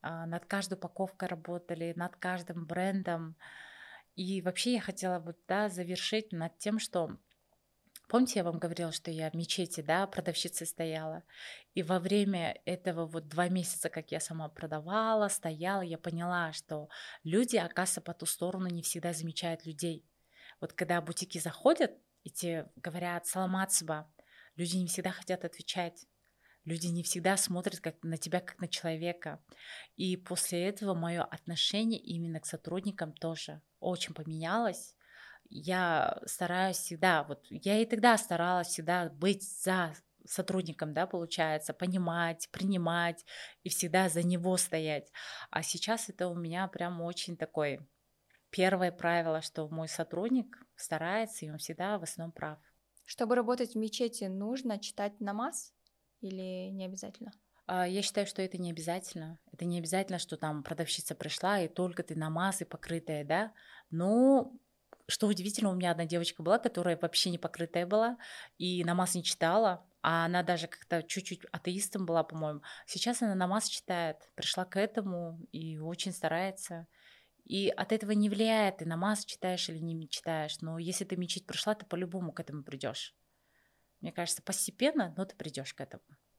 S2: над каждой упаковкой работали, над каждым брендом. И вообще я хотела вот, да, завершить над тем, что... Помните, я вам говорила, что я в мечети, да, продавщицей стояла? И во время этого вот два месяца, как я сама продавала, стояла, я поняла, что люди, оказывается, по ту сторону не всегда замечают людей. Вот когда бутики заходят, и те говорят «салам ацба», люди не всегда хотят отвечать. Люди не всегда смотрят как на тебя, как на человека. И после этого мое отношение именно к сотрудникам тоже очень поменялось. Я стараюсь всегда, вот я и тогда старалась всегда быть за сотрудником, да, получается, понимать, принимать и всегда за него стоять. А сейчас это у меня прям очень такое первое правило, что мой сотрудник старается, и он всегда в основном прав.
S1: Чтобы работать в мечети, нужно читать намаз или не обязательно?
S2: Я считаю, что это не обязательно. Это не обязательно, что там продавщица пришла, и только ты намаз и покрытая, да. Но, что удивительно, у меня одна девочка была, которая вообще не покрытая была, и намаз не читала, а она даже как-то чуть-чуть атеистом была, по-моему. Сейчас она намаз читает, пришла к этому и очень старается. И от этого не влияет, ты намаз читаешь или не читаешь. Но если ты мечеть пришла, ты по-любому к этому придешь. Мне кажется, постепенно, но ты придешь к этому.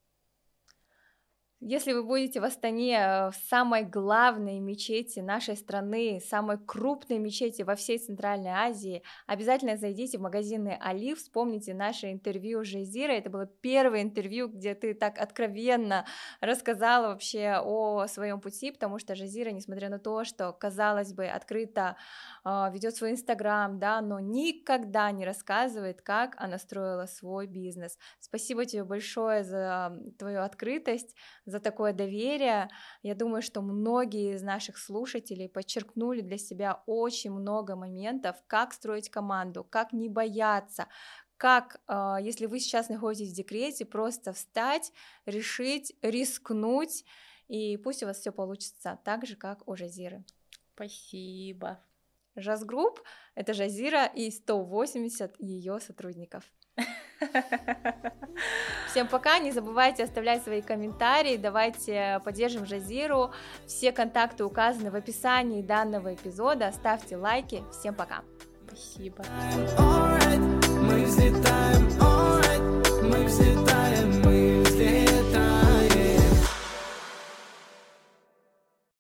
S1: Если вы будете в Астане, в самой главной мечети нашей страны, самой крупной мечети во всей Центральной Азии, обязательно зайдите в магазины Али, вспомните наше интервью с Жазирой. Это было первое интервью, где ты так откровенно рассказала вообще о своем пути, потому что Жазира, несмотря на то, что, казалось бы, открыто э, ведет свой Инстаграм, да, но никогда не рассказывает, как она строила свой бизнес. Спасибо тебе большое за твою открытость, за такое доверие. Я думаю, что многие из наших слушателей подчеркнули для себя очень много моментов, как строить команду, как не бояться, как, если вы сейчас находитесь в декрете, просто встать, решить, рискнуть, и пусть у вас все получится так же, как у Жазиры.
S2: Спасибо.
S1: Жазгрупп — это Жазира и сто восемьдесят ее сотрудников. Всем пока, не забывайте оставлять свои комментарии, давайте поддержим Жазиру, все контакты указаны в описании данного эпизода, ставьте лайки, всем пока.
S2: Спасибо.